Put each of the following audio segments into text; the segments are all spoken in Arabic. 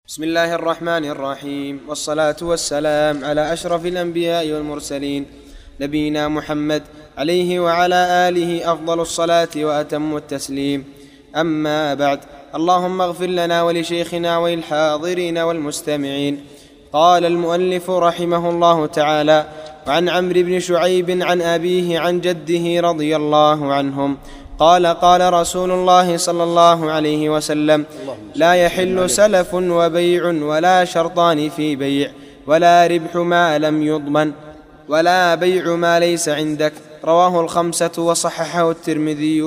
بسم الله الرحمن الرحيم، والصلاة والسلام على أشرف الأنبياء والمرسلين نبينا محمد عليه وعلى آله أفضل الصلاة وأتم التسليم. أما بعد، اللهم اغفر لنا ولشيخنا وللحاضرين والمستمعين. قال المؤلف رحمه الله تعالى: وعن عمرو بن شعيب عن أبيه عن جده رضي الله عنهم قال: قال رسول الله صلى الله عليه وسلم: لا يحل سلف وبيع ولا شرطان في بيع، ولا ربح ما لم يضمن، ولا بيع ما ليس عندك. رواه الخمسة وصححه الترمذي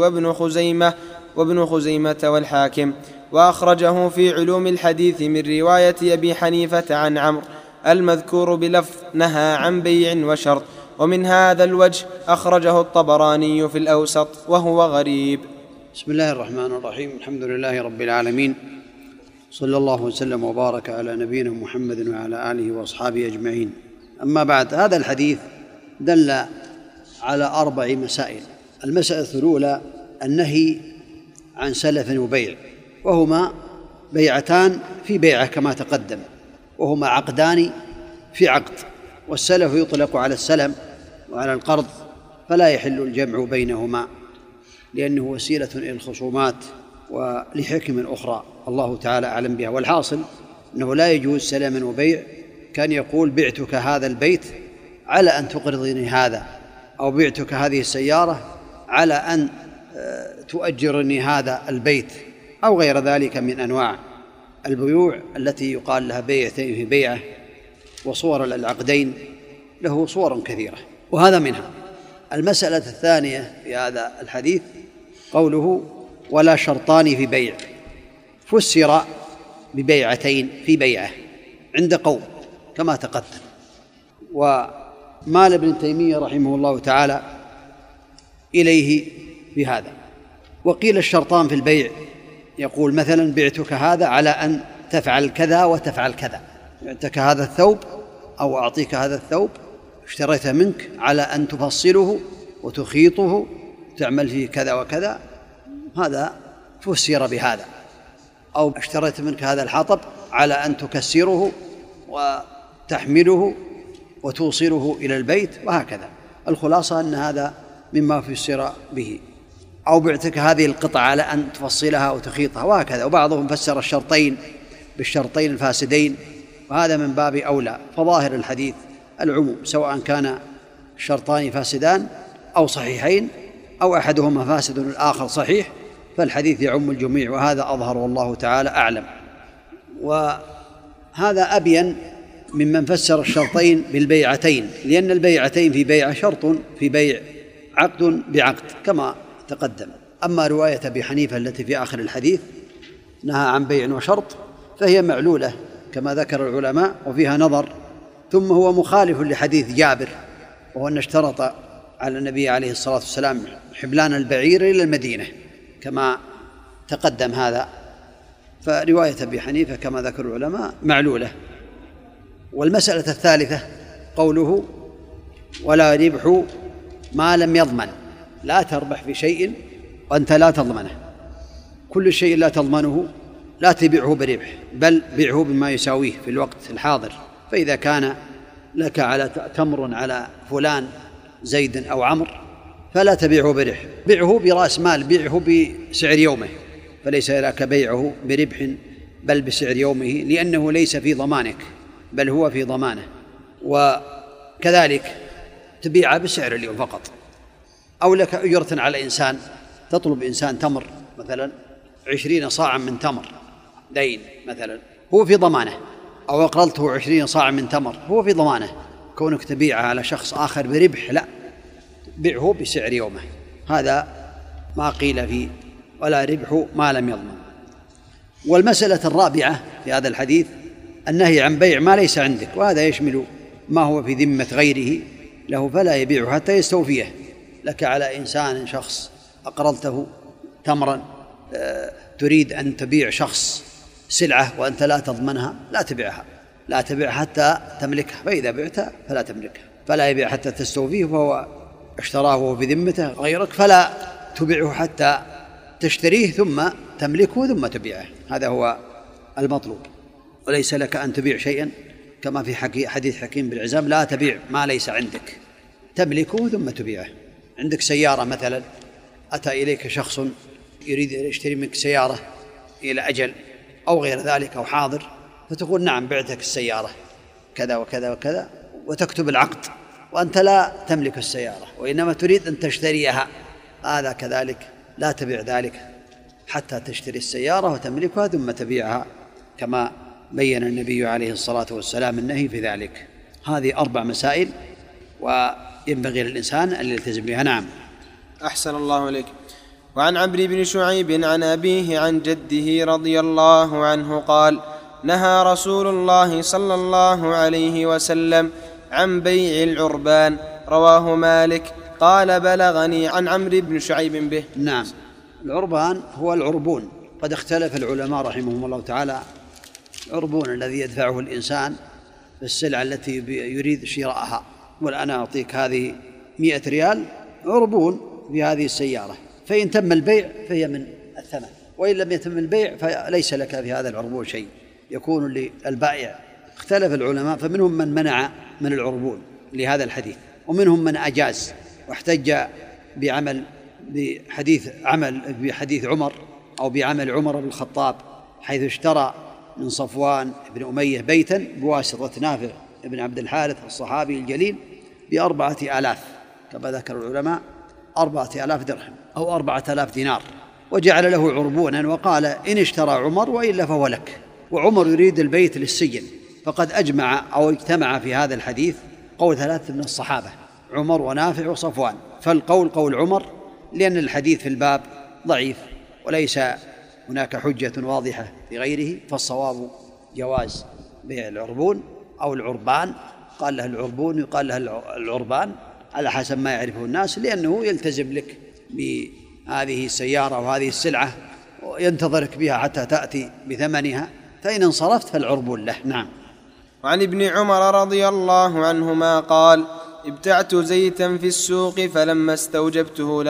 وابن خزيمة والحاكم، وأخرجه في علوم الحديث من رواية أبي حنيفة عن عمرو المذكور بلفظ نهى عن بيع وشرط. ومن هذا الوجه أخرجه الطبراني في الأوسط وهو غريب. بسم الله الرحمن الرحيم. الحمد لله رب العالمين، صلى الله وسلم وبارك على نبينا محمد وعلى آله وأصحابه أجمعين. أما بعد، هذا الحديث دل على 4 مسائل. المسألة الأولى النهي عن سلف وبيع، وهما بيعتان في بيعة كما تقدم، وهما عقدان في عقد. والسلف يطلق على السلم وعلى القرض، فلا يحل الجمع بينهما لأنه وسيلة إلى الخصومات ولحكم أخرى الله تعالى أعلم بها. والحاصل أنه لا يجوز سلم وبيع. كان يقول: بعتك هذا البيت على أن تقرضني هذا، أو بعتك هذه السيارة على أن تؤجرني هذا البيت، أو غير ذلك من أنواع البيوع التي يقال لها بيعتين في بيعة. وصور العقدين له صور كثيرة، وهذا منها. المسألة الثانية في هذا الحديث قوله: ولا شرطان في بيع، فسر ببيعتين في بيعة عند قوم كما تقدم. ومال ابن تيمية رحمه الله تعالى إليه بهذا. وقيل الشرطان في البيع، يقول مثلا: بعتك هذا على أن تفعل كذا وتفعل كذا، بعتك هذا الثوب أو أعطيك هذا الثوب، اشتريته منك على أن تفصله وتخيطه وتعمل فيه كذا وكذا، هذا فسر بهذا. أو اشتريت منك هذا الحطب على أن تكسره وتحمله وتوصله إلى البيت، وهكذا. الخلاصة أن هذا مما فسر به. أو بعتك هذه القطعة على أن تفصلها وتخيطها، وهكذا. وبعضهم فسر الشرطين بالشرطين الفاسدين، وهذا من باب أولى. فظاهر الحديث العموم، سواء كان الشرطان فاسدان أو صحيحين، أو أحدهما فاسد والآخر صحيح، فالحديث يعم الجميع، وهذا أظهر والله تعالى أعلم. وهذا أبين ممن فسر الشرطين بالبيعتين، لأن البيعتين في بيعة شرط في بيع، عقد بعقد كما تقدم. أما رواية أبي حنيفة التي في آخر الحديث نهى عن بيع وشرط، فهي معلولة كما ذكر العلماء، وفيها نظر. ثم هو مخالف لحديث جابر، وهو أن اشترط على النبي عليه الصلاة والسلام حملان البعير إلى المدينة كما تقدم هذا. فرواية أبي حنيفة كما ذكر العلماء معلولة. والمسألة الثالثة قوله: ولا ربح ما لم يضمن، لا تربح في شيء وأنت لا تضمنه. كل شيء لا تضمنه لا تبيعه بربح، بل بيعه بما يساويه في الوقت الحاضر. فإذا كان لك على تمر على فلان زيد أو عمر، فلا تبيعه بربح، بيعه برأس مال، بيعه بسعر يومه، فليس لك بيعه بربح بل بسعر يومه، لأنه ليس في ضمانك بل هو في ضمانه. وكذلك تبيعه بسعر اليوم فقط. أو لك أجرة على إنسان، تطلب إنسان تمر مثلا 20 صاعا من تمر دين مثلا، هو في ضمانه. أو أقرضته 20 صاعا من تمر، هو في ضمانه. كونك تبيعه على شخص آخر بربح، لا، بيعه بسعر يومه. هذا ما قيل فيه ولا ربح ما لم يضمن. والمسألة الرابعة في هذا الحديث النهي عن بيع ما ليس عندك، وهذا يشمل ما هو في ذمة غيره له، فلا يبيعه حتى يستوفيه. لك على إنسان شخص أقرضته تمرا، تريد أن تبيع شخص سلعة وأنت لا تضمنها، لا تبيع حتى تملكها، فإذا بعتها فلا تملكها، فلا يبيع حتى تستوفيه، وهو اشتراه وهو في ذمته غيرك، فلا تبيعه حتى تشتريه ثم تملكه ثم تبيعه. هذا هو المطلوب. وليس لك أن تبيع شيئا، كما في حديث حكيم بن حزام: لا تبيع ما ليس عندك، تملكه ثم تبيعه. عندك سيارة مثلا، أتى إليك شخص يريد أن يشتري منك سيارة إلى أجل أو غير ذلك أو حاضر، فتقول: نعم بعتك السيارة كذا وكذا وكذا، وتكتب العقد وأنت لا تملك السيارة وإنما تريد أن تشتريها. هذا كذلك لا تبيع ذلك حتى تشتري السيارة وتملكها ثم تبيعها، كما بين النبي عليه الصلاة والسلام النهي في ذلك. هذه 4 مسائل وينبغي للإنسان أن يلتزم بها. نعم. أحسن الله إليك. وعن عمرو بن شعيب عن أبيه عن جده رضي الله عنه قال: نهى رسول الله صلى الله عليه وسلم عن بيع العربان. رواه مالك. قال: بلغني عن عمرو بن شعيب به. نعم. العربان هو العربون. قد اختلف العلماء رحمهم الله تعالى. العربون الذي يدفعه الإنسان في السلعة التي يريد شراءها، والآن أعطيك هذه 100 ريال عربون في هذه السيارة، فإن تم البيع فهي من الثمن، وإن لم يتم البيع فليس لك في هذا العربون شيء، يكون للبائع. اختلف العلماء، فمنهم من منع من العربون لهذا الحديث، ومنهم من أجاز واحتج بحديث عمر أو بعمل عمر بن الخطاب، حيث اشترى من صفوان بن أمية بيتا بواسطة نافع بن عبد الحارث الصحابي الجليل ب4,000 كما ذكر العلماء، 4,000 درهم أو 4,000 دينار، وجعل له عربونا وقال: إن اشترى عمر وإلا فهو لك. وعمر يريد البيت للسجن، فقد أجمع أو اجتمع في هذا الحديث قول 3 من الصحابة: عمر ونافع وصفوان. فالقول قول عمر، لأن الحديث في الباب ضعيف وليس هناك حجة واضحة في غيره، فالصواب جواز بيع العربون أو العربان. قال له العربون يقال له العربان على حسب ما يعرفه الناس، لأنه يلتزم لك بهذه السيارة وهذه السلعة وينتظرك بها حتى تأتي بثمنها، فإن انصرفت فالعربون له. نعم. وعن ابن عمر رضي الله عنهما قال: ابتعت زيتا في السوق، فلما استوجبته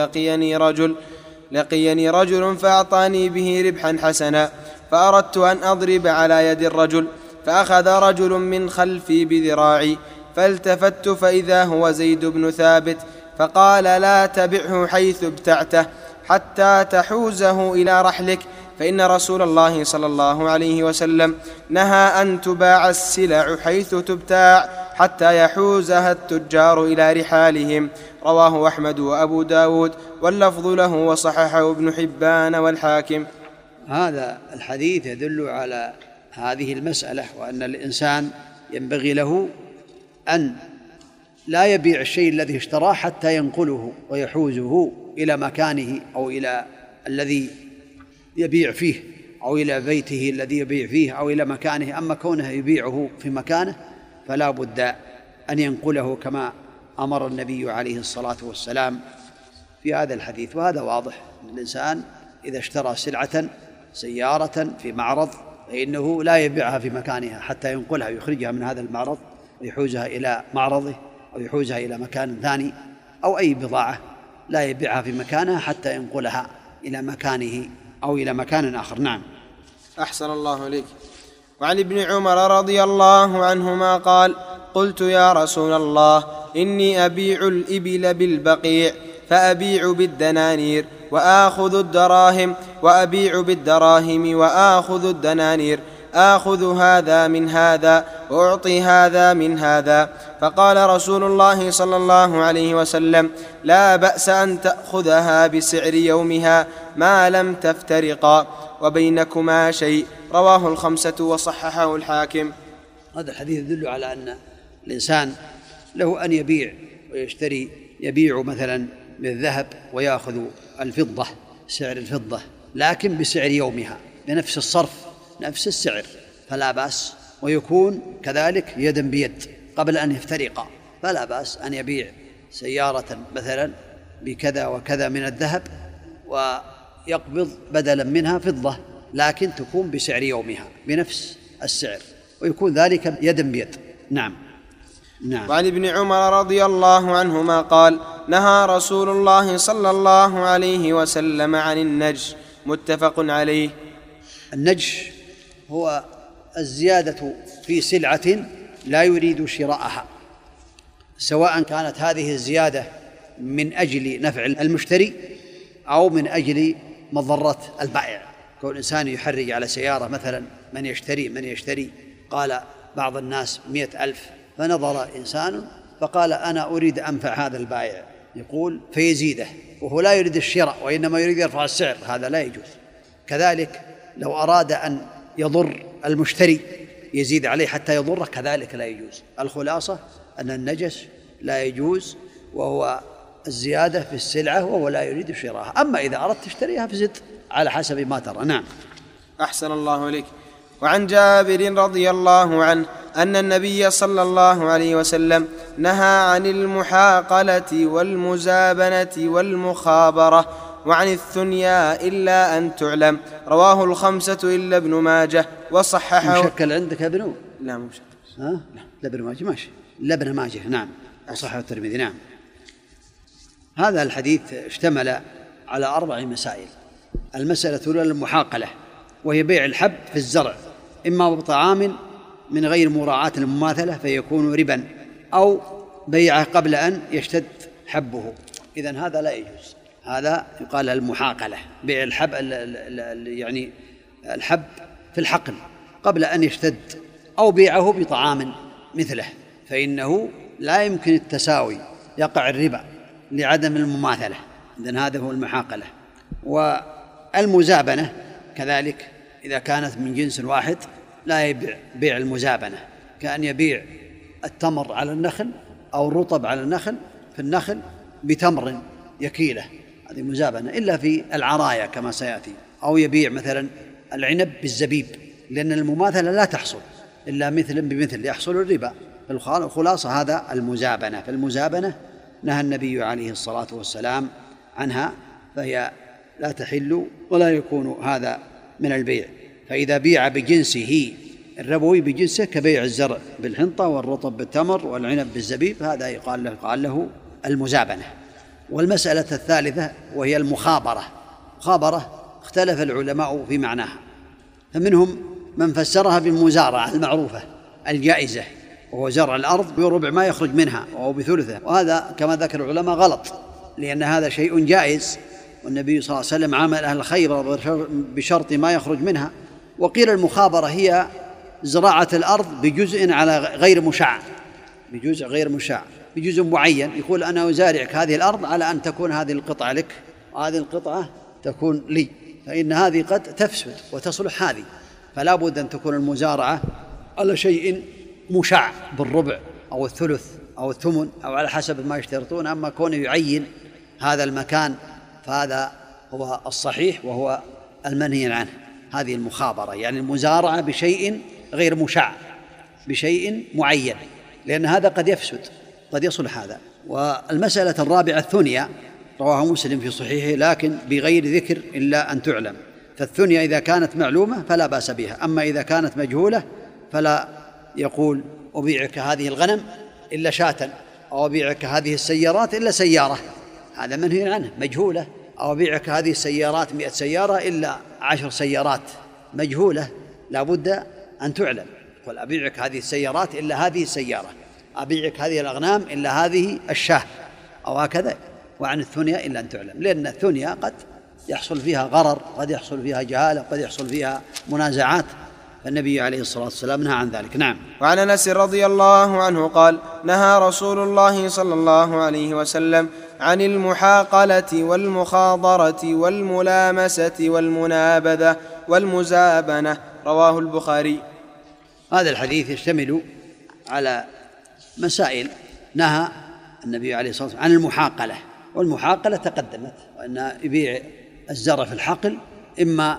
لقيني رجل فأعطاني به ربحا حسنا، فأردت أن أضرب على يد الرجل، فأخذ رجل من خلفي بذراعي، فالتفت فإذا هو زيد بن ثابت، فقال: لا تبعه حيث ابتعته حتى تحوزه إلى رحلك، فإن رسول الله صلى الله عليه وسلم نهى أن تباع السلع حيث تبتاع حتى يحوزها التجار إلى رحالهم. رواه أحمد وأبو داود، واللفظ له، وصححه ابن حبان والحاكم. هذا الحديث يدل على هذه المسألة، وأن الإنسان ينبغي له أن لا يبيع الشيء الذي اشتراه حتى ينقله ويحوزه إلى مكانه أو إلى الذي يبيع فيه أو إلى بيته الذي يبيع فيه أو إلى مكانه. أما كونه يبيعه في مكانه فلا بد أن ينقله كما أمر النبي عليه الصلاة والسلام في هذا الحديث. وهذا واضح أن الإنسان إذا اشترى سلعة سيارة في معرض فإنه لا يبيعها في مكانها حتى ينقلها ويخرجها من هذا المعرض ويحوزها إلى معرضه أو يحوزها إلى مكان ثاني، أو أي بضاعة لا يبيعها في مكانها حتى ينقلها إلى مكانه أو إلى مكان آخر. نعم. أحسن الله إليك. وعن ابن عمر رضي الله عنهما قال: قلت: يا رسول الله، إني أبيع الإبل بالبقيع، فأبيع بالدنانير وآخذ الدراهم، وأبيع بالدراهم وآخذ الدنانير، آخذ هذا من هذا وأعطي هذا من هذا. فقال رسول الله صلى الله عليه وسلم: لا بأس أن تأخذها بسعر يومها ما لم تفترقا وبينكما شيء. رواه 5 وصححه الحاكم. هذا الحديث يدل على أن الإنسان له أن يبيع ويشتري، يبيع مثلا بالذهب ويأخذ الفضة، سعر الفضة، لكن بسعر يومها بنفس الصرف نفس السعر، فلا بأس. ويكون كذلك يدا بيد قبل أن يفترقا، فلا بأس أن يبيع سيارة مثلا بكذا وكذا من الذهب ويقبض بدلا منها فضة، لكن تكون بسعر يومها بنفس السعر، ويكون ذلك يدا بيد. نعم. نعم. وعن ابن عمر رضي الله عنهما قال: نهى رسول الله صلى الله عليه وسلم عن النجش. متفق عليه. النجش هو الزيادة في سلعة لا يريد شراءها، سواء كانت هذه الزيادة من أجل نفع المشتري أو من أجل مضرة البائع. كون إنسان يحرج على سيارة مثلا من يشتري قال بعض الناس 100,000، فنظر إنسان فقال أنا أريد أنفع هذا البائع، يقول فيزيده وهو لا يريد الشراء وإنما يريد يرفع السعر، هذا لا يجوز. كذلك لو أراد أن يضر المشتري يزيد عليه حتى يضره، كذلك لا يجوز. الخلاصة أن النجس لا يجوز، وهو الزيادة في السلعة وهو لا يريد شراءها. أما إذا أردت تشتريها فزد على حسب ما ترى. نعم. أحسن الله إليك. وعن جابر رضي الله عنه أن النبي صلى الله عليه وسلم نهى عن المحاقلة والمزابنة والمخابرة وعن الثنيا إلا أن تعلم. رواه الخمسة إلا ابن ماجه وصححه. مشكل عندك يا ابن؟ لا مشكل. لا ابن ماجه ماشي، لا ابن ماجه. نعم. وصححه الترمذي. نعم. هذا الحديث اشتمل على 4 مسائل. المسألة الأولى المحاقلة، وهي بيع الحب في الزرع إما بطعام من غير مراعاة المماثلة فيكون ربا، أو بيعه قبل أن يشتد حبه، إذن هذا لا يجوز. هذا يقال المحاقلة، بيع الحب يعني الحب في الحقل قبل أن يشتد، أو بيعه بطعام مثله، فإنه لا يمكن التساوي، يقع الربا لعدم المماثلة. إذن هذا هو المحاقلة. والمزابنة كذلك إذا كانت من جنس واحد لا يبيع بيع المزابنة، كأن يبيع التمر على النخل أو الرطب على النخل في النخل بتمر يكيله، هذه مزابنة، إلا في العرايا كما سيأتي. أو يبيع مثلا العنب بالزبيب، لأن المماثلة لا تحصل إلا مثل بمثل، يحصل الربا. الخلاصة هذا المزابنة. فالمزابنة نهى النبي عليه الصلاة والسلام عنها، فهي لا تحل ولا يكون هذا من البيع. فإذا بيع بجنسه الربوي بجنسه كبيع الزرع بالحنطة والرطب بالتمر والعنب بالزبيب، هذا يقال له المزابنة. والمسألة الثالثة وهي المخابرة. مخابرة اختلف العلماء في معناها، فمنهم من فسرها بالمزارعة المعروفة الجائزة، وهو زرع الأرض بربع ما يخرج منها أو بثلثه، وهذا كما ذكر العلماء غلط، لأن هذا شيء جائز، والنبي صلى الله عليه وسلم عامل أهل الخيبر بشرط ما يخرج منها. وقيل المخابرة هي زراعة الأرض بجزء على غير مشع، بجزء غير مشع، بجزء معين، يقول أنا أزارعك هذه الأرض على أن تكون هذه القطعة لك وهذه القطعة تكون لي، فإن هذه قد تفسد وتصلح هذه، فلا بد أن تكون المزارعة على شيء مشع بالربع أو الثلث أو الثمن أو على حسب ما يشترطون. أما كونه يعين هذا المكان فهذا هو الصحيح وهو المنهي عنه. هذه المخابرة يعني المزارعة بشيء غير مشع، بشيء معين، لأن هذا قد يفسد قد يصلح هذا. والمسألة الرابعة الثنيا، رواه مسلم في صحيحه لكن بغير ذكر إلا أن تعلم. فالثنيا إذا كانت معلومة فلا بأس بها، أما إذا كانت مجهولة فلا يقول أبيعك هذه الغنم إلا شاة، أو أبيعك هذه السيارات إلا سيارة، هذا منهي عنه مجهولة. أو أبيعك هذه السيارات 100 سيارة إلا 10 سيارات، مجهولة لا بد أن تعلم. قل أبيعك هذه السيارات إلا هذه السيارة، أبيعك هذه الأغنام إلا هذه الشاة، أو هكذا. وعن الثنيا إلا أن تعلم، لأن الثنيا قد يحصل فيها غرر، قد يحصل فيها جهالة، قد يحصل فيها منازعات، فالنبي عليه الصلاة والسلام نهى عن ذلك. نعم. وعن أنس رضي الله عنه قال: نهى رسول الله صلى الله عليه وسلم عن المحاقلة والمخاضرة والملامسة والمنابذة والمزابنة. رواه البخاري. هذا الحديث يشتمل على مسائل. نهى النبي عليه الصلاة والسلام عن المحاقلة، والمحاقلة تقدمت، وأن يبيع الزرع في الحقل إما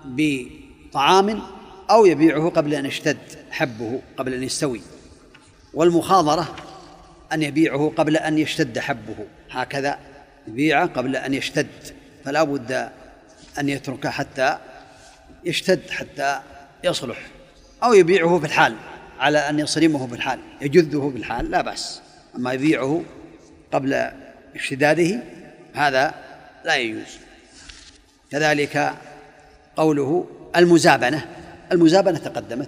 بطعام أو يبيعه قبل أن يشتد حبه، قبل أن يستوي. والمخاضرة أن يبيعه قبل أن يشتد حبه، هكذا يبيعه قبل أن يشتد، فلا بد أن يتركه حتى يشتد حتى يصلح، أو يبيعه في الحال على أن يصرمه في الحال، يجذه في الحال لا بأس. أما يبيعه قبل اشتداده هذا لا يجوز. كذلك قوله المزابنة المزابنة تقدمت.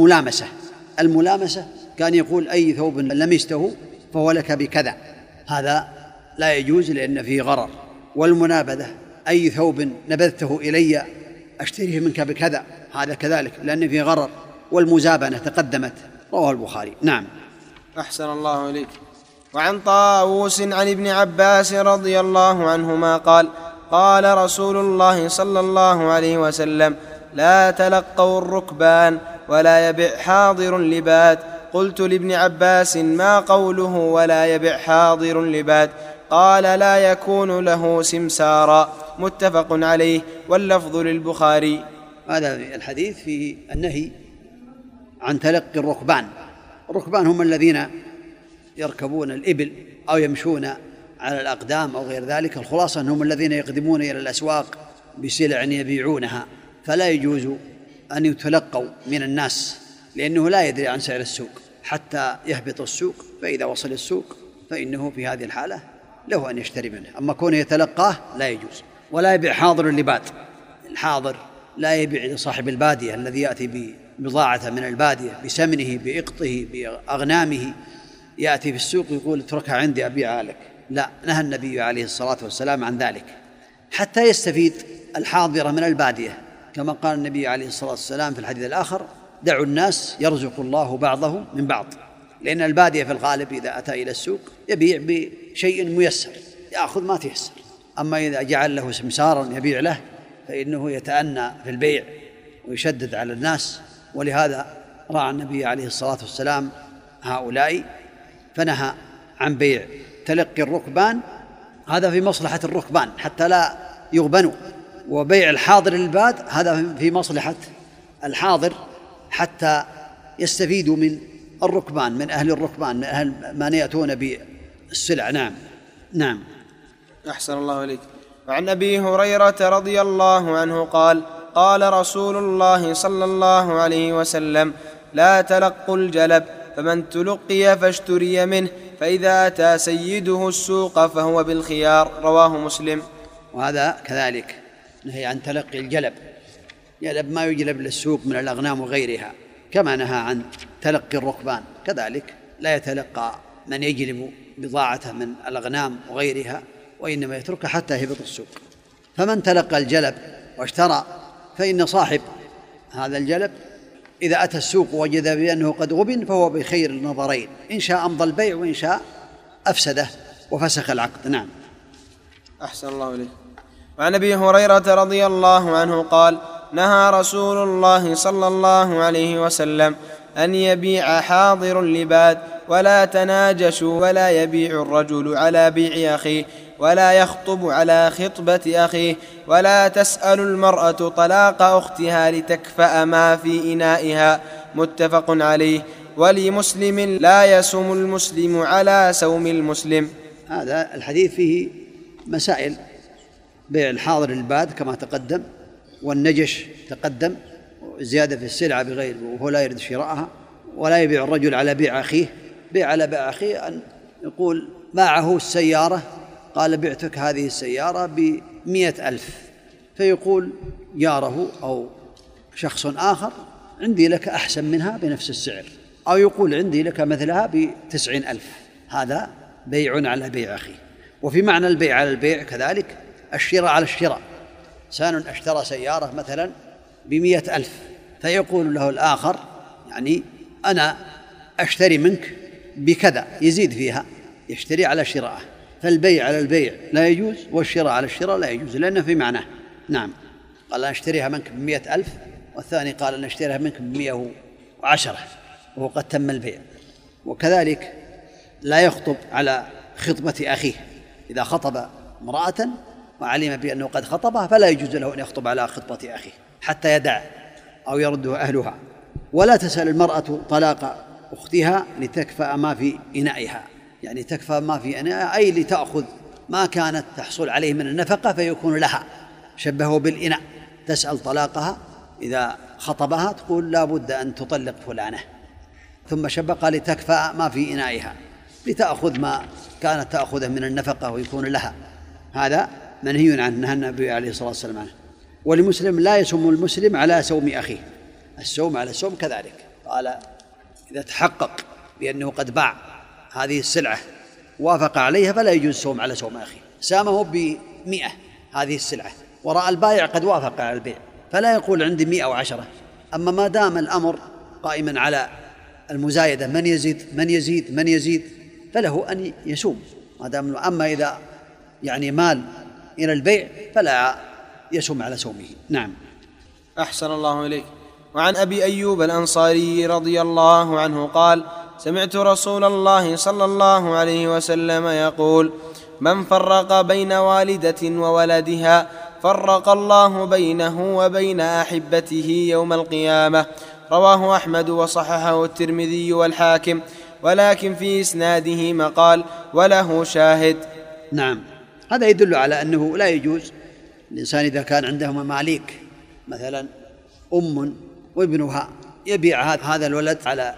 الملامسة كان يقول أي ثوب لمسته فهو لك بكذا، هذا لا يجوز لأن فيه غرر. والمنابذة أي ثوب نبذته إلي أشتريه منك بكذا، هذا كذلك لأن فيه غرر. والمزابنة تقدمت، رواه البخاري. نعم. أحسن الله إليك. وعن طاووس عن ابن عباس رضي الله عنهما قال: قال رسول الله صلى الله عليه وسلم: لا تلقوا الركبان ولا يبع حاضر لباد. قلت لابن عباس: ما قوله ولا يبع حاضر لباد؟ قال: لا يكون له سمسارا. متفق عليه، واللفظ للبخاري. هذا الحديث فيه النهي عن تلقي الركبان. الركبان هم الذين يركبون الإبل أو يمشون على الأقدام أو غير ذلك. الخلاصة أنهم الذين يقدمون إلى الأسواق بسلع يبيعونها، فلا يجوز أن يتلقوا من الناس، لأنه لا يدري عن سعر السوق حتى يهبط السوق، فإذا وصل السوق فإنه في هذه الحالة له أن يشتري منه. أما كونه يتلقاه لا يجوز. ولا يبيع حاضر لباد. الحاضر لا يبيع لصاحب البادية الذي يأتي ببضاعة من البادية بسمنه بإقطه بأغنامه، يأتي في السوق يقول: اتركها عندي أبيعها لك. لا، نهى النبي عليه الصلاة والسلام عن ذلك حتى يستفيد الحاضر من البادية، كما قال النبي عليه الصلاة والسلام في الحديث الآخر: دعوا الناس يرزق الله بعضهم من بعض. لأن البادية في الغالب إذا أتى إلى السوق يبيع بشيء ميسر، يأخذ ما تيسر. أما إذا جعل له سمسارا يبيع له فإنه يتأنى في البيع ويشدد على الناس. ولهذا رأى النبي عليه الصلاة والسلام هؤلاء فنهى عن بيع تلقي الركبان، هذا في مصلحة الركبان حتى لا يغبنوا. وبيع الحاضر للباد هذا في مصلحة الحاضر حتى يستفيدوا من الركبان، من أهل الركبان، من أهل من يأتون بالسلع. نعم. نعم. أحسن الله إليك. وعن أبي هريرة رضي الله عنه قال: قال رسول الله صلى الله عليه وسلم: لا تلقوا الجلب، فمن تلقي فاشتري منه، فإذا أتى سيده السوق فهو بالخيار. رواه مسلم. وهذا كذلك نهي عن تلقي الجلب. يلب ما يجلب للسوق من الأغنام وغيرها، كما نهى عن تلقي الركبان. كذلك لا يتلقى من يجلب بضاعة من الأغنام وغيرها، وإنما يتركها حتى يهبط السوق. فمن تلقى الجلب واشترى فإن صاحب هذا الجلب إذا أتى السوق وجد بأنه قد غبن فهو بخير النظرين، إن شاء أمضى البيع وإن شاء أفسده وفسخ العقد. نعم. أحسن الله إليك. وعن أبي هريرة رضي الله عنه قال: نهى رسول الله صلى الله عليه وسلم أن يبيع حاضر لباد، ولا تناجشوا، ولا يبيع الرجل على بيع أخيه، ولا يخطب على خطبة أخيه، ولا تسأل المرأة طلاق أختها لتكفأ ما في إنائها. متفق عليه. ولمسلم: لا يسم المسلم على سوم المسلم. هذا الحديث فيه مسائل: بيع الحاضر للباد كما تقدم، والنجش تقدم، زيادة في السلعة بغير وهو لا يريد شراءها. ولا يبيع الرجل على بيع أخيه. بيع على بيع أخيه أن يقول باعه السيارة، قال: بعتك هذه السيارة ب100,000، فيقول جاره أو شخص آخر: عندي لك أحسن منها بنفس السعر، أو يقول: عندي لك مثلها ب90,000. هذا بيع على بيع أخيه. وفي معنى البيع على البيع كذلك الشراء على الشراء. إنسان اشترى سيارة مثلا ب100,000، فيقول له الآخر: يعني أنا أشتري منك بكذا، يزيد فيها، يشتري على شراءه. فالبيع على البيع لا يجوز، والشراء على الشراء لا يجوز، لأنه في معناه. نعم. قال: أنا أشتريها منك ب100,000، والثاني قال: أنا أشتريها منك ب110، وهو قد تم البيع. وكذلك لا يخطب على خطبة أخيه. إذا خطب امرأة وعلم بأنه قد خطبها فلا يجوز له أن يخطب على خطبة أخيه حتى يدع أو يرده أهلها. ولا تسأل المرأة طلاق أختها لتكفأ ما في إنائها، يعني تكفأ ما في إنائها أي لتأخذ ما كانت تحصل عليه من النفقة فيكون لها. شبهه بالإناء. تسأل طلاقها إذا خطبها، تقول: لا بد أن تطلق فلانة. ثم شبق لتكفأ ما في إنائها، لتأخذ ما كانت تأخذه من النفقة ويكون لها. هذا منهي عنه، نهى النبي عليه الصلاة والسلام عنه. ولمسلم: لا يسم المسلم على سوم أخيه. السوم على السوم كذلك. قال إذا تحقق بأنه قد باع هذه السلعة وافق عليها فلا يجوز السوم على سوم أخيه. سامه ب100 هذه السلعة ورأى البائع قد وافق على البيع فلا يقول عندي 110. أما ما دام الأمر قائما على المزايدة، من يزيد من يزيد من يزيد، فله أن يسوم ما دام. أما إذا يعني مال إلى البيع فلا يسوم على سومه. نعم. أحسن الله إليك. وعن أبي أيوب الأنصاري رضي الله عنه قال: سمعت رسول الله صلى الله عليه وسلم يقول: من فرق بين والدة وولدها فرق الله بينه وبين أحبته يوم القيامة. رواه أحمد وصححه الترمذي والحاكم، ولكن في إسناده مقال وله شاهد. نعم. هذا يدل على أنه لا يجوز الإنسان إذا كان عنده مماليك، مثلا أم وابنها، يبيع هذا الولد على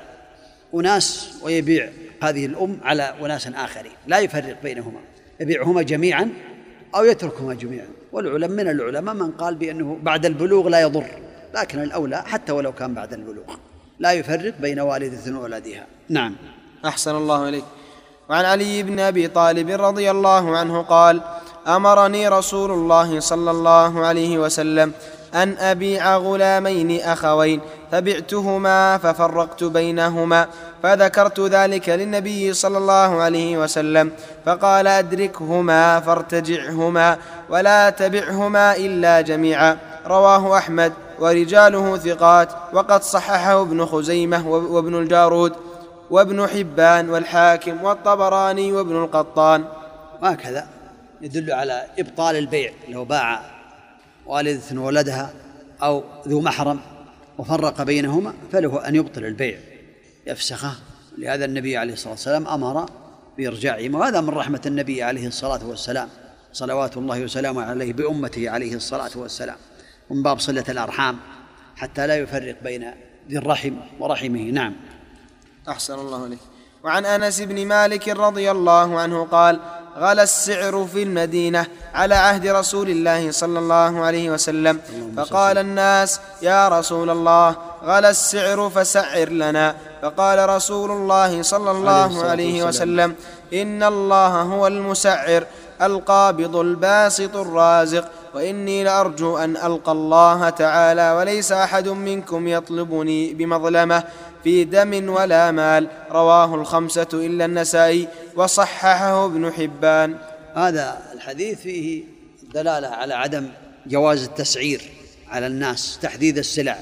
أناس ويبيع هذه الأم على أناس آخرين، لا يفرق بينهما، يبيعهما جميعا أو يتركهما جميعا. والعلماء من العلماء من قال بأنه بعد البلوغ لا يضر، لكن الأولى حتى ولو كان بعد البلوغ لا يفرق بين والدة وولدها. نعم. أحسن الله إليك. وعن علي بن أبي طالب رضي الله عنه قال: أمرني رسول الله صلى الله عليه وسلم أن أبيع غلامين أخوين، فبعتهما ففرقت بينهما، فذكرت ذلك للنبي صلى الله عليه وسلم فقال: أدركهما فارتجعهما ولا تبعهما إلا جميعا. رواه أحمد ورجاله ثقات، وقد صححه ابن خزيمة وابن الجارود وابن حبان والحاكم والطبراني وابن القطان. وهكذا يدل على إبطال البيع. لو باع والدة ولدها أو ذو محرم وفرق بينهما فله أن يبطل البيع، يفسخه. لهذا النبي عليه الصلاة والسلام أمر بإرجاعهما، وهذا من رحمة النبي عليه الصلاة والسلام صلوات الله وسلامه عليه بأمته عليه الصلاة والسلام، من باب صلة الأرحام حتى لا يفرق بين ذي الرحم ورحمه. نعم. أحسن الله عليك. وعن أنس بن مالك رضي الله عنه قال: غلى السعر في المدينة على عهد رسول الله صلى الله عليه وسلم، فقال الناس: يا رسول الله، غلى السعر فسعر لنا. فقال رسول الله صلى الله عليه وسلم: إن الله هو المسعر القابض الباسط الرازق، وإني لأرجو أن ألقى الله تعالى وليس أحد منكم يطلبني بمظلمة في دم ولا مال. رواه الخمسة إلا النسائي وصححه ابن حبان. هذا الحديث فيه دلالة على عدم جواز التسعير على الناس، تحديد السلع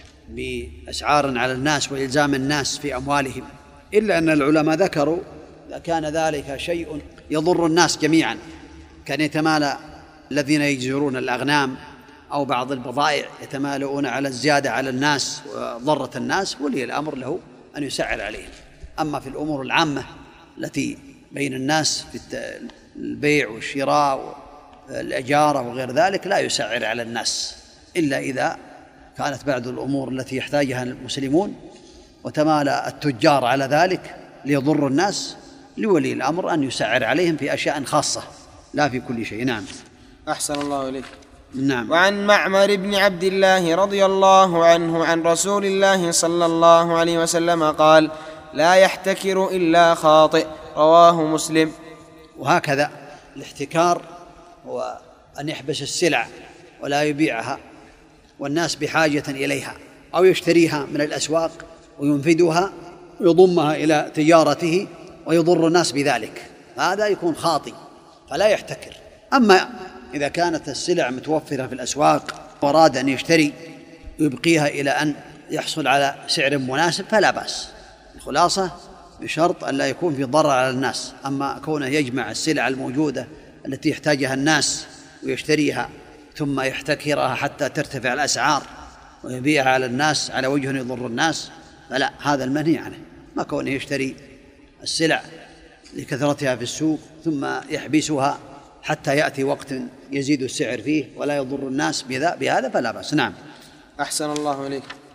بأسعار على الناس وإلزام الناس في أموالهم، إلا أن العلماء ذكروا إذا كان ذلك شيء يضر الناس جميعا، كان يتمالى الذين يجزرون الأغنام أو بعض البضائع يتمالؤون على الزيادة على الناس وضرة الناس، ولي الأمر له أن يسعر عليهم. أما في الأمور العامة التي بين الناس في البيع والشراء والإجارة وغير ذلك لا يسعر على الناس، إلا إذا كانت بعض الأمور التي يحتاجها المسلمون وتمالى التجار على ذلك ليضر الناس، لولي الأمر أن يسعر عليهم في أشياء خاصة لا في كل شيء. نعم. أحسن الله إليك. نعم. وعن معمر بن عبد الله رضي الله عنه عن رسول الله صلى الله عليه وسلم قال: لا يحتكر إلا خاطئ. رواه مسلم. وهكذا الاحتكار هو أن يحبس السلع ولا يبيعها والناس بحاجة إليها، أو يشتريها من الأسواق وينفذها ويضمها إلى تجارته ويضر الناس بذلك، هذا يكون خاطئ فلا يحتكر. أما إذا كانت السلع متوفرة في الأسواق وأراد أن يشتري ويبقيها إلى أن يحصل على سعر مناسب فلا بأس. الخلاصة بشرط أن لا يكون في ضرر على الناس. أما كونه يجمع السلع الموجودة التي يحتاجها الناس ويشتريها ثم يحتكرها حتى ترتفع الأسعار ويبيعها على الناس على وجه يضر الناس فلا، هذا المنهي عنه. ما كونه يشتري السلع لكثرتها في السوق ثم يحبسها حتى يأتي وقت يزيد السعر فيه ولا يضر الناس بهذا فلا بأس. نعم. أحسن الله إليك.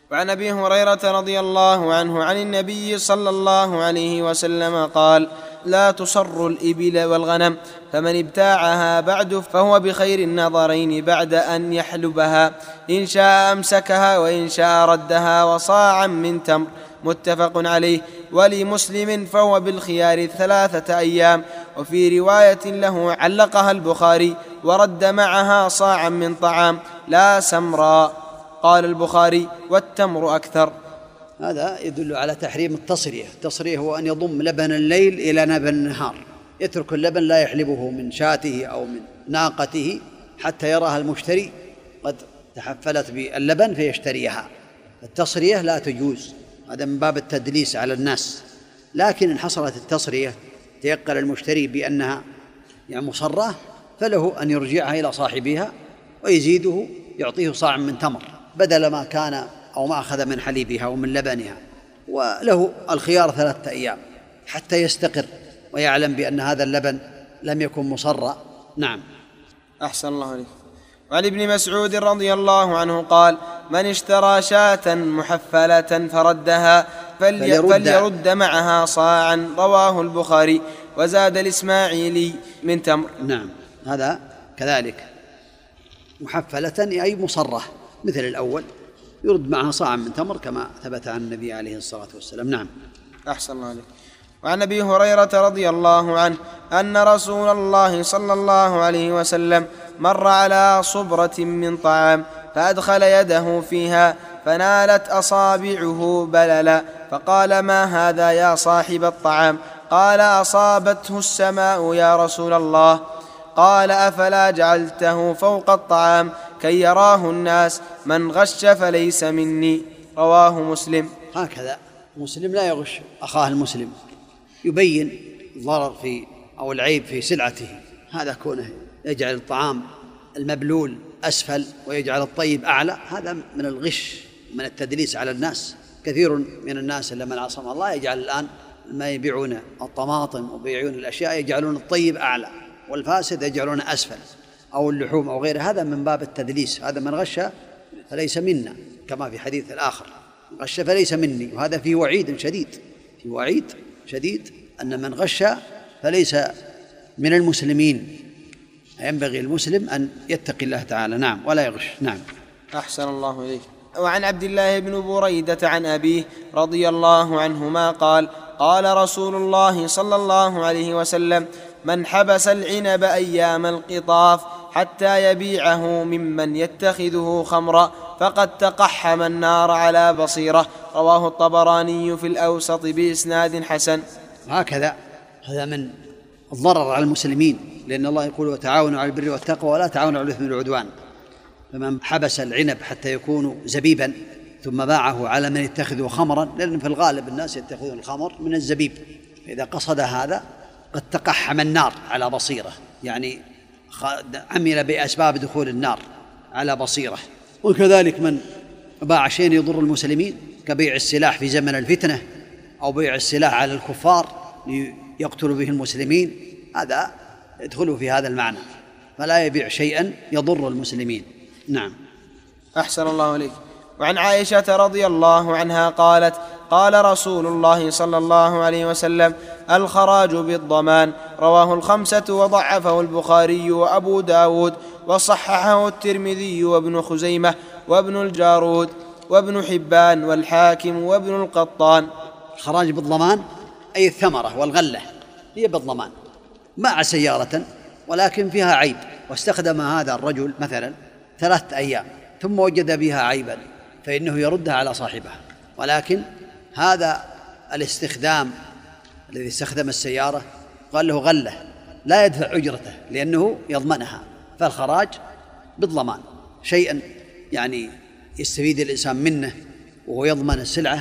وعن أبي هريرة رضي الله عنه عن النبي صلى الله عليه وسلم قال: لا تصر الإبل والغنم، فمن ابتاعها بعد فهو بخير النظرين بعد أن يحلبها، إن شاء أمسكها وإن شاء ردها، وصاعا من تمر. متفق عليه. ولمسلم: فهو بالخيار 3 أيام. وفي رواية له علقها البخاري: ورد معها صاعا من طعام لا سمراء. قال البخاري: والتمر أكثر. هذا يدل على تحريم التصرية. التصرية هو أن يضم لبن الليل إلى لبن النهار، يترك اللبن لا يحلبه من شاته أو من ناقته حتى يراها المشتري قد تحفلت باللبن فيشتريها. التصرية لا تجوز، هذا من باب التدليس على الناس. لكن إن حصلت التصرية تيقن المشتري بأنها مصرة، فله أن يرجعها إلى صاحبها ويزيده، يعطيه صاع من تمر بدل ما كان أو ما أخذ من حليبها ومن لبنها. وله الخيار 3 أيام حتى يستقر ويعلم بأن هذا اللبن لم يكن مصرا. نعم. أحسن الله عليك. وعن ابن مسعود رضي الله عنه قال: من اشترى شاة محفلة فردها فليرد معها صاعا. رواه البخاري. وزاد الإسماعيلي: من تمر. نعم، هذا كذلك محفلة أي مصرة مثل الأول، يرد معها صاعا من تمر كما ثبت عن النبي عليه الصلاة والسلام. نعم. أحسن الله عليك. وعن أبي هريرة رضي الله عنه أن رسول الله صلى الله عليه وسلم مر على صبرة من طعام فأدخل يده فيها فنالت أصابعه بللا، فقال: ما هذا يا صاحب الطعام؟ قال: أصابته السماء يا رسول الله. قال: أفلا جعلته فوق الطعام كي يراه الناس؟ من غش فليس مني. رواه مسلم. هكذا مسلم لا يغش أخاه المسلم، يبين الضرر أو العيب في سلعته. هذا كونه يجعل الطعام المبلول أسفل ويجعل الطيب أعلى، هذا من الغش، من التدليس على الناس. كثير من الناس إلا من عصم الله يجعل الآن ما يبيعون الطماطم ويبيعون الأشياء يجعلون الطيب أعلى والفاسد يجعلون أسفل، أو اللحوم أو غيرها. هذا من باب التدليس. هذا من غش فليس منا، كما في حديث الآخر: غش فليس مني. وهذا فيه وعيد شديد، في وعيد شديد أن من غش فليس من المسلمين. ينبغي المسلم أن يتقي الله تعالى. نعم، ولا يغش. نعم. أحسن الله إليك. وعن عبد الله بن بريدة عن أبيه رضي الله عنهما قال: قال رسول الله صلى الله عليه وسلم: من حبس العنب أيام القطاف حتى يبيعه ممن يتخذه خمرا فقد تقحم النار على بصيرة. رواه الطبراني في الأوسط بإسناد حسن. هكذا هذا من الضرر على المسلمين، لأن الله يقول: وتعاونوا على البر والتقوى ولا تعاونوا على الإثم والعدوان. فمن حبس العنب حتى يكون زبيبا ثم باعه على من يتخذه خمرا، لأن في الغالب الناس يتخذون الخمر من الزبيب، فإذا قصد هذا قد تقحم النار على بصيرة، يعني عمل بأسباب دخول النار على بصيرة. وكذلك من باع شيء يضر المسلمين كبيع السلاح في زمن الفتنة أو بيع السلاح على الكفار ليقتلوا به المسلمين، هذا يدخل في هذا المعنى، فلا يبيع شيئا يضر المسلمين. نعم. أحسن الله إليك. وعن عائشة رضي الله عنها قالت: قال رسول الله صلى الله عليه وسلم: الخراج بالضمان. رواه 5 وضعفه البخاري وأبو داود، وصححه الترمذي وابن خزيمة وابن الجارود وابن حبان والحاكم وابن القطان. الخراج بالضمان أي الثمرة والغلة هي بالضمان. باع سيارة ولكن فيها عيب واستخدم هذا الرجل مثلا 3 أيام ثم وجد بها عيبا، فإنه يردها على صاحبها. ولكن هذا الاستخدام الذي استخدم السيارة قال له غلة، لا يدفع أجرته لأنه يضمنها. فالخراج بالضمان شيئا يعني يستفيد الإنسان منه وهو يضمن السلعة،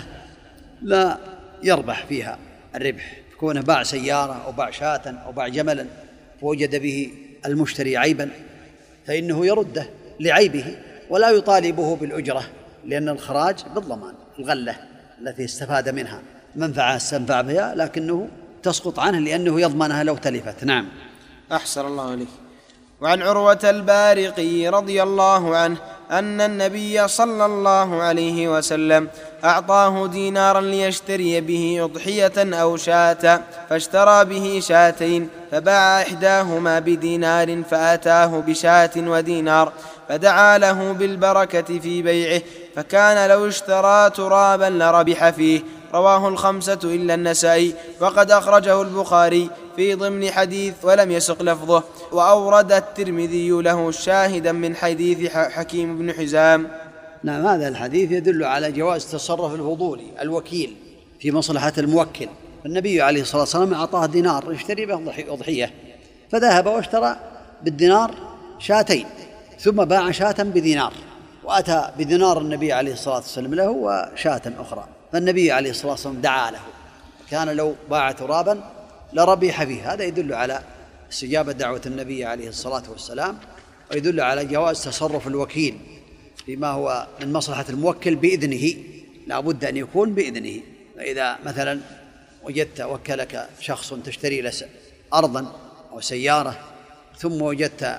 لا يربح فيها الربح. كونه باع سيارة أو باع شاة أو باع جملا فوجد به المشتري عيبا فإنه يرده لعيبه ولا يطالبه بالأجرة، لأن الخراج بالضمان. الغلة التي استفاد منها منفعة استنفع بها لكنه تسقط عنه لأنه يضمنها لو تلفت. نعم. أحسن الله عليك. وعن عروة البارقي رضي الله عنه أن النبي صلى الله عليه وسلم أعطاه دينارا ليشتري به أضحية أو شاة، فاشترى به شاتين، فباع إحداهما بدينار فأتاه بشاة ودينار، فدعا له بالبركة في بيعه، فكان لو اشترى ترابا لربح فيه. رواه الخمسة إلا النسائي، وقد أخرجه البخاري في ضمن حديث ولم يسق لفظه، وأورد الترمذي له شاهدا من حديث حكيم بن حزام. نعم، هذا الحديث يدل على جواز تصرف الفضولي الوكيل في مصلحة الموكل. النبي عليه الصلاة والسلام أعطاه دينار يشتري به أضحية، فذهب واشترى بالدينار شاتين، ثم باع شاة بدينار، وأتى بدينار النبي عليه الصلاة والسلام له وشاة أخرى، فالنبي عليه الصلاة والسلام دعا له، كان لو باع ترابا لربح فيه. هذا يدل على استجابة دعوة النبي عليه الصلاة والسلام، ويدل على جواز تصرف الوكيل فيما هو من مصلحة الموكل بإذنه، لا بد أن يكون بإذنه. فإذا مثلا وجدت وكلك شخص تشتري له أرضا أو سيارة، ثم وجدت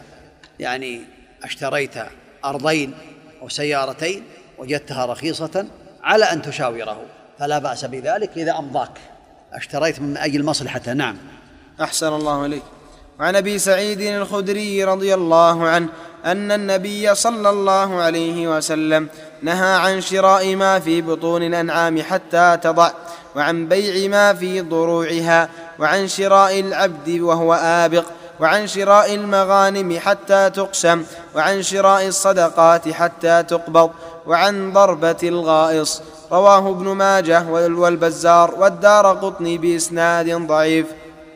اشتريت أرضين أو سيارتين وجدتها رخيصة، على أن تشاوره، فلا بأس بذلك إذا أمضاك، اشتريت من أجل مصلحته. نعم. أحسن الله إليك. وعن أبي سعيد الخدري رضي الله عنه أن النبي صلى الله عليه وسلم نهى عن شراء ما في بطون الأنعام حتى تضع، وعن بيع ما في ضروعها، وعن شراء العبد وهو آبق، وعن شراء المغانم حتى تقسم، وعن شراء الصدقات حتى تقبض، وعن ضربة الغائص. رواه ابن ماجه والبزار والدارقطني بإسناد ضعيف.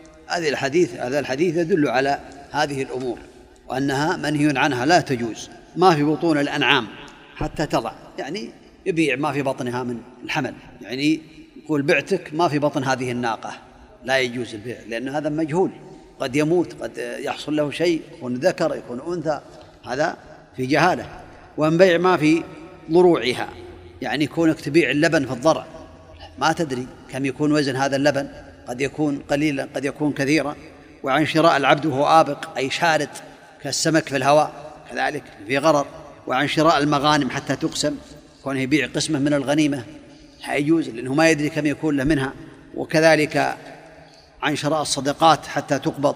هذا الحديث يدل على هذه الأمور، وأنها منهي عنها، لا تجوز ما في بطون الأنعام حتى تضع، يبيع ما في بطنها من الحمل، يقول بعتك ما في بطن هذه الناقة، لا يجوز البيع، لأن هذا مجهول، قد يموت، قد يحصل له شيء، يكون ذكر يكون أنثى، هذا في جهالة. وأن بيع ما في ضروعها، كونك تبيع اللبن في الضرع، ما تدري كم يكون وزن هذا اللبن، قد يكون قليلا قد يكون كثيرا. وعن شراء العبد وهو آبق، أي شارد كالسمك في الهواء، كذلك في غرر. وعن شراء المغانم حتى تقسم، كونه يبيع قسمة من الغنيمة لا يجوز، لأنه ما يدري كم يكون له منها. وكذلك عن شراء الصدقات حتى تقبض،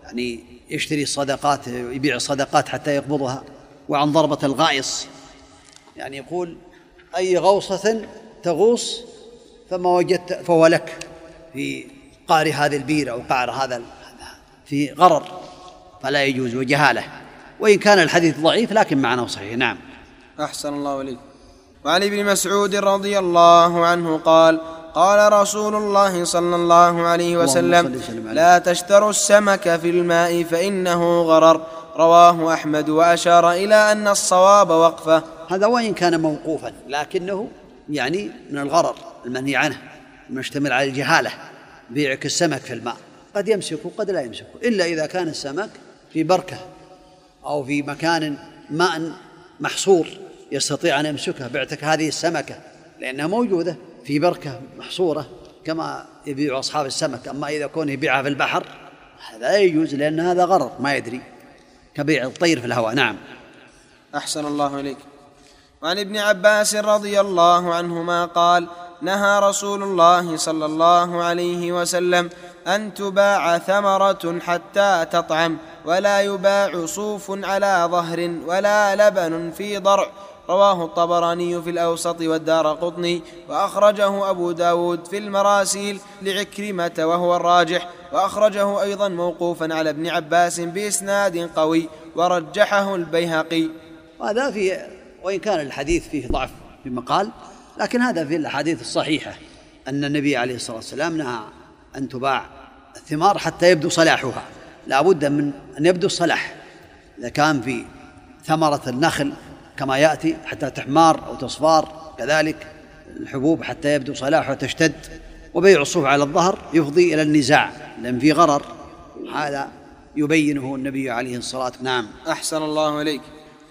يشتري الصدقات، يبيع الصدقات حتى يقبضها. وعن ضربة الغائص، يقول أي غوصة تغوص فما وجدت فهو لك، في قعر هذه البير أو قعر هذا في غرر، فلا يجوز، وجهالة. وإن كان الحديث ضعيف لكن معناه صحيح. نعم. أحسن الله إليك. وعن ابن مسعود رضي الله عنه قال: قال رسول الله صلى الله عليه وسلم: لا تشتروا السمك في الماء فإنه غرر. رواه أحمد، وأشار إلى أن الصواب وقفه. هذا وإن كان موقوفا، لكنه من الغرر المنهي عنه، المشتمل على الجهالة، بيعك السمك في الماء، قد يمسكه قد لا يمسكه، إلا إذا كان السمك في بركة أو في مكان ماء محصور يستطيع أن يمسكه، بعتك هذه السمكة لأنها موجودة في بركة محصورة كما يبيع أصحاب السمك. أما إذا كون يبيعها في البحر هذا لا يجوز، لأن هذا غرر ما يدري، كبيع الطير في الهواء. نعم. أحسن الله إليك. وعن ابن عباس رضي الله عنهما قال: نهى رسول الله صلى الله عليه وسلم أن تباع ثمرة حتى تطعم، ولا يباع صوف على ظهر، ولا لبن في ضرع. رواه الطبراني في الأوسط والدارقطني، وأخرجه أبو داود في المراسيل لعكرمة وهو الراجح، وأخرجه أيضا موقوفا على ابن عباس بإسناد قوي، ورجحه البيهقي. وهذا وإن كان الحديث فيه ضعف في مقال، لكن هذا في الحديث الصحيحة أن النبي عليه الصلاة والسلام نهى أن تباع الثمار حتى يبدو صلاحها، لا بد من أن يبدو الصلاح. إذا كان في ثمرة النخل كما يأتي حتى تحمار أو تصفار، كذلك الحبوب حتى يبدو صلاحها وتشتد. وبيع الصوف على الظهر يفضي إلى النزاع، لأن في غرر، هذا يبينه النبي عليه الصلاة والسلام. نعم. أحسن الله إليك.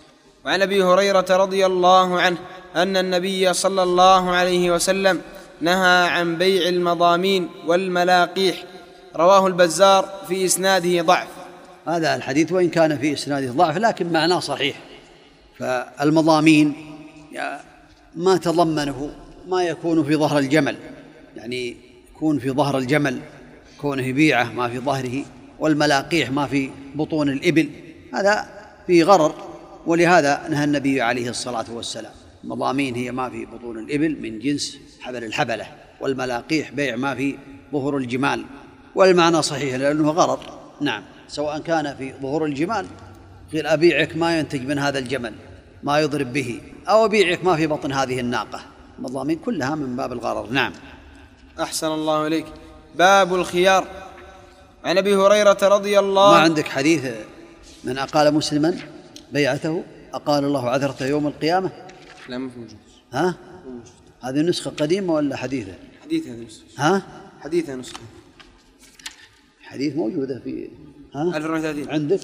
وعن أبي هريرة رضي الله عنه أن النبي صلى الله عليه وسلم نهى عن بيع المضامين والملاقيح. رواه البزار في إسناده ضعف. هذا الحديث وإن كان في إسناده ضعف لكن معناه صحيح، فالمضامين ما تضمنه ما يكون في ظهر الجمل، يعني يكون في ظهر الجمل كونه يبيعه ما في ظهره، والملاقيح ما في بطون الإبل، هذا فيه غرر، ولهذا نهى النبي عليه الصلاة والسلام. المضامين هي ما في بطون الإبل من جنس حبل الحبلة، والملاقيح بيع ما في ظهور الجمال، والمعنى صحيح لأنه غرر. نعم، سواء كان في ظهور الجمال قيل أبيعك ما ينتج من هذا الجمل ما يضرب به، أو أبيعك ما في بطن هذه الناقة، المضامين كلها من باب الغرر. نعم. أحسن الله إليك. باب الخيار. عن أبي هريرة رضي الله. ما عندك حديث من أقال مسلما بيعته أقال الله عذرته يوم القيامة؟ لا، ما في موجود. ها؟ هذه نسخة قديمة ولا حديثة؟ حديثة نسخة. ها؟ حديثة نسخة. حديث موجودة في 1430 عندك؟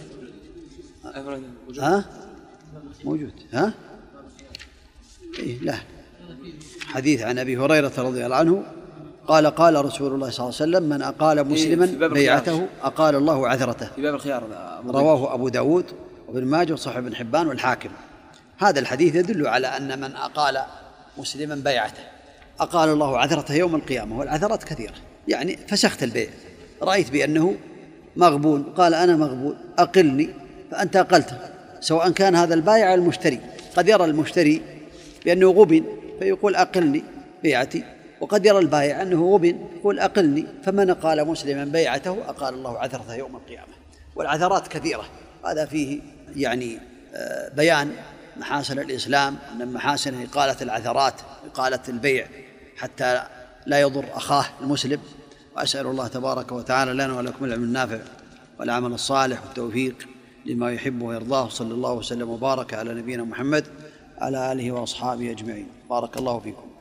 1430 ها؟ موجود. ها؟ إيه لا. حديث عن أبي هريرة رضي الله عنه قال قال رسول الله صلى الله عليه وسلم من أقال مسلما بيعته أقال الله عذرته. في باب الخيار. رواه أبو داود وابن ماجه وصحيح ابن حبان والحاكم. هذا الحديث يدل على أن من أقال مسلما بيعته أقال الله عذرته يوم القيامة، والعذرات كثيرة، يعني فسخت البيع، رأيت بأنه مغبون، قال أنا مغبون أقلني، فأنت أقلته، سواء كان هذا البائع المشتري، قد يرى المشتري بأنه غبن فيقول أقلني بيعتي، وقد يرى البائع أنه غبن يقول أقلني، فمن قال مسلما بيعته أقال الله عذرته يوم القيامة. والعذرات كثيرة، هذا فيه يعني بيان محاسن الإسلام، أن محاسن إقالة العذرات إقالة البيع حتى لا يضر أخاه المسلم. وأسأل الله تبارك وتعالى لنا ولكم العلم النافع والعمل الصالح والتوفيق لما يحب ويرضاه. صلى الله وسلم وبارك على نبينا محمد على آله وأصحابه أجمعين. بارك الله فيكم.